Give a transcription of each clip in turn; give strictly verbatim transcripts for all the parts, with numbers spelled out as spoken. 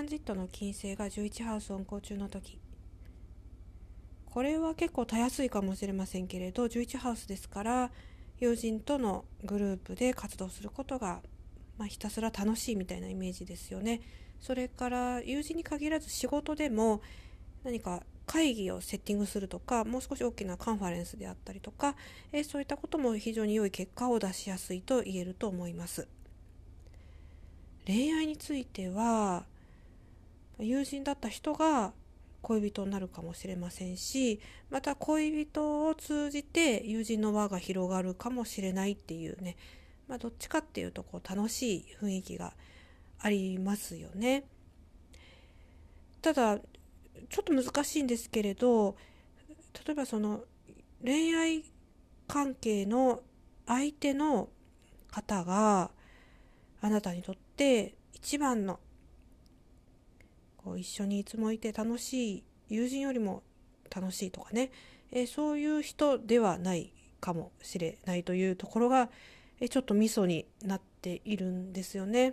ンジットの金星がじゅういちハウス運行中の時、これは結構たやすいかもしれませんけれど、じゅういちハウスですから友人とのグループで活動することが、まあ、ひたすら楽しいみたいなイメージですよね。それから友人に限らず仕事でも何か会議をセッティングするとか、もう少し大きなカンファレンスであったりとか、えそういったことも非常に良い結果を出しやすいと言えると思います。恋愛については友人だった人が恋人になるかもしれませんし、また恋人を通じて友人の輪が広がるかもしれないっていうね、まあ、どっちかっていうとこう楽しい雰囲気がありますよね。ただちょっと難しいんですけれど、例えばその恋愛関係の相手の方があなたにとって一番のこう一緒にいつもいて楽しい友人よりも楽しいとかね、えーそういう人ではないかもしれないというところが、えーちょっとミソになっているんですよね。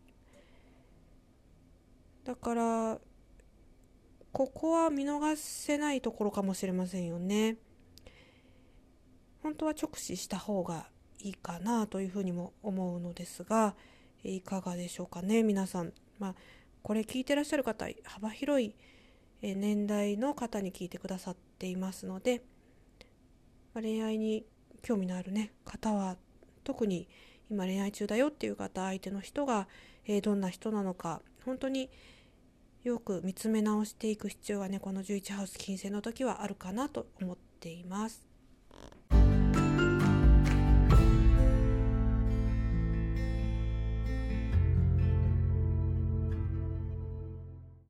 だからここは見逃せないところかもしれませんよね。本当は直視した方がいいかなというふうにも思うのですが、いかがでしょうかね皆さん。まあこれ聞いてらっしゃる方、幅広い年代の方に聞いてくださっていますので、恋愛に興味のある、ね、方は特に今恋愛中だよっていう方、相手の人がどんな人なのか本当によく見つめ直していく必要がね、このじゅういちハウス金星の時はあるかなと思っています。